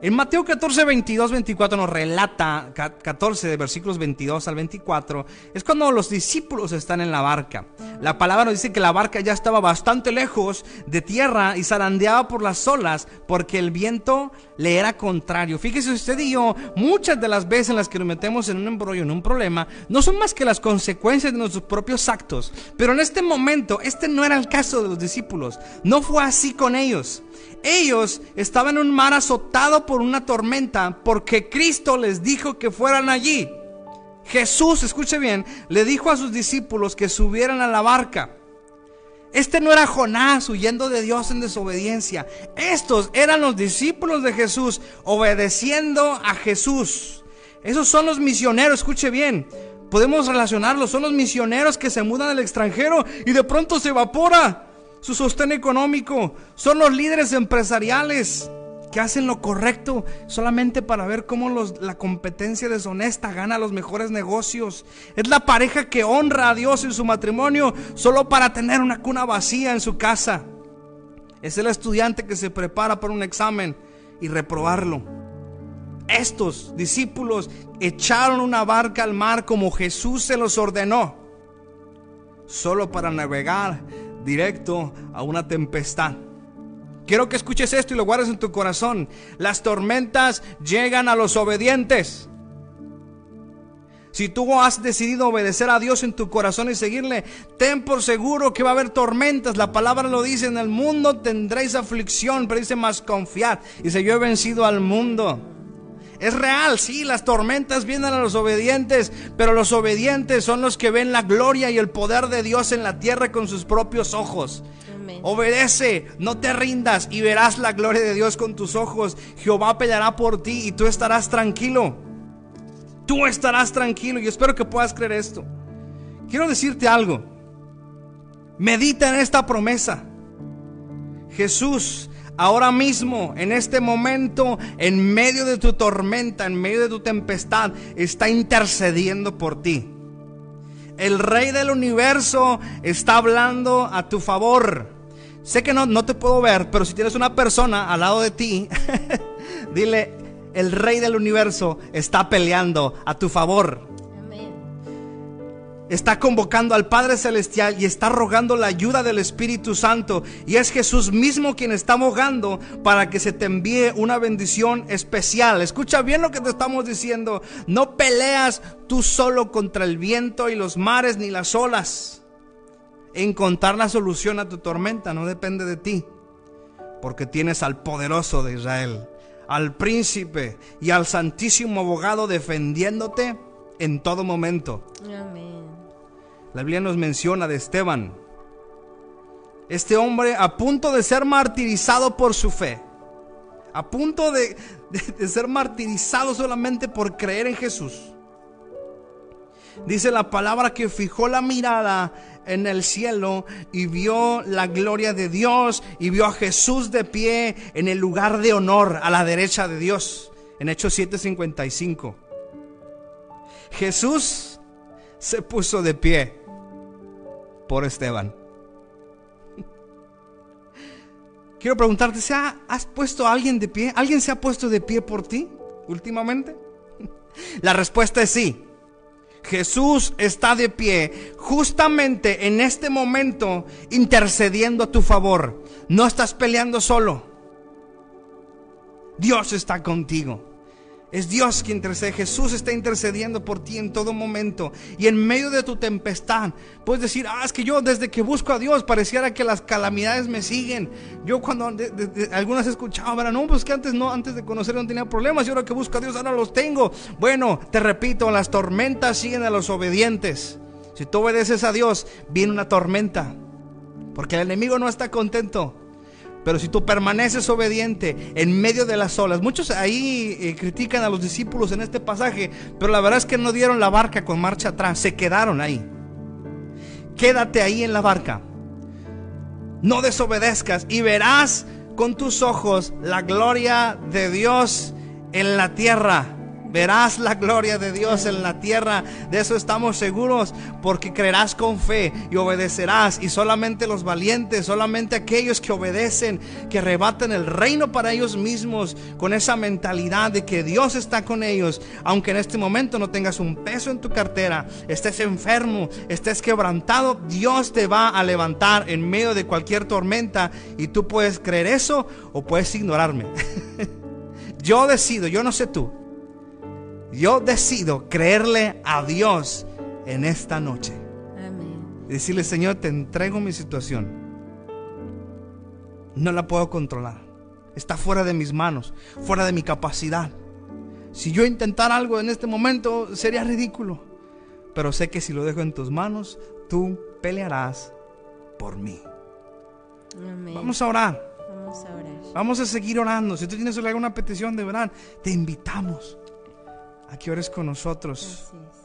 En Mateo 14, 22, 24 nos relata, 14 de versículos 22 al 24, es cuando los discípulos están en la barca. La palabra nos dice que la barca ya estaba bastante lejos de tierra y zarandeaba por las olas porque el viento le era contrario. Fíjese usted y yo, muchas de las veces en las que nos metemos en un embrollo, en un problema, no son más que las consecuencias de nuestros propios actos. Pero en este momento, este no era el caso de los discípulos. No fue así con ellos. Ellos estaban en un mar azotado por una tormenta porque Cristo les dijo que fueran allí. Jesús, escuche bien, le dijo a sus discípulos que subieran a la barca. Este no era Jonás huyendo de Dios en desobediencia. Estos eran los discípulos de Jesús obedeciendo a Jesús. Esos son los misioneros, escuche bien. Podemos relacionarlos, son los misioneros que se mudan al extranjero y de pronto se evapora su sostén económico. Son los líderes empresariales que hacen lo correcto solamente para ver cómo la competencia deshonesta gana los mejores negocios. Es la pareja que honra a Dios en su matrimonio solo para tener una cuna vacía en su casa. Es el estudiante que se prepara para un examen y reprobarlo. Estos discípulos echaron una barca al mar como Jesús se los ordenó, solo para navegar directo a una tempestad. Quiero que escuches esto y lo guardes en tu corazón. Las tormentas llegan a los obedientes. Si tú has decidido obedecer a Dios en tu corazón y seguirle, ten por seguro que va a haber tormentas. La palabra lo dice: en el mundo tendréis aflicción, pero dice: mas confiad. Dice: yo he vencido al mundo. Es real, sí, las tormentas vienen a los obedientes, pero los obedientes son los que ven la gloria y el poder de Dios en la tierra con sus propios ojos. Amén. Obedece, no te rindas y verás la gloria de Dios con tus ojos. Jehová peleará por ti y tú estarás tranquilo. Tú estarás tranquilo, y espero que puedas creer esto. Quiero decirte algo. Medita en esta promesa. Jesús, ahora mismo, en este momento, en medio de tu tormenta, en medio de tu tempestad, está intercediendo por ti. El Rey del universo está hablando a tu favor. Sé que no te puedo ver, pero si tienes una persona al lado de ti, dile: el Rey del universo está peleando a tu favor. Está convocando al Padre Celestial y está rogando la ayuda del Espíritu Santo. Y es Jesús mismo quien está abogando para que se te envíe una bendición especial. Escucha bien lo que te estamos diciendo. No peleas tú solo contra el viento y los mares ni las olas. Encontrar la solución a tu tormenta no depende de ti, porque tienes al poderoso de Israel, al príncipe y al santísimo abogado defendiéndote en todo momento. Amén. La Biblia nos menciona de Esteban, este hombre a punto de ser martirizado por su fe, a punto de ser martirizado solamente por creer en Jesús. Dice la palabra que fijó la mirada en el cielo y vio la gloria de Dios y vio a Jesús de pie en el lugar de honor a la derecha de Dios. En Hechos 7:55. Jesús se puso de pie por Esteban. Quiero preguntarte, ¿has puesto a alguien de pie? ¿Alguien se ha puesto de pie por ti últimamente? La respuesta es sí. Jesús está de pie justamente en este momento, intercediendo a tu favor. No estás peleando solo. Dios está contigo. Es Dios quien intercede. Jesús está intercediendo por ti en todo momento. Y en medio de tu tempestad puedes decir: es que yo desde que busco a Dios pareciera que las calamidades me siguen. Yo cuando algunas escuchaba, no, pues que antes de conocer no tenía problemas, y ahora que busco a Dios ahora los tengo. Bueno, te repito, las tormentas siguen a los obedientes. Si tú obedeces a Dios, viene una tormenta, porque el enemigo no está contento. Pero si tú permaneces obediente en medio de las olas. Muchos ahí critican a los discípulos en este pasaje, pero la verdad es que no dieron la barca con marcha atrás, se quedaron ahí. Quédate ahí en la barca, no desobedezcas y verás con tus ojos la gloria de Dios en la tierra. Verás la gloria de Dios en la tierra. De eso estamos seguros, porque creerás con fe y obedecerás. Y solamente los valientes, solamente aquellos que obedecen, que arrebatan el reino para ellos mismos, con esa mentalidad de que Dios está con ellos, aunque en este momento no tengas un peso en tu cartera, estés enfermo, estés quebrantado, Dios te va a levantar en medio de cualquier tormenta. Y tú puedes creer eso o puedes ignorarme. Yo decido, yo no sé tú, yo decido creerle a Dios en esta noche. Amén. Decirle: Señor, te entrego mi situación. No la puedo controlar. Está fuera de mis manos, fuera de mi capacidad. Si yo intentara algo en este momento sería ridículo. Pero sé que si lo dejo en tus manos, tú pelearás por mí. Amén. Vamos a orar. Vamos a orar. Vamos a seguir orando. Si tú tienes alguna petición de verdad, te invitamos a que ores con nosotros. Así es.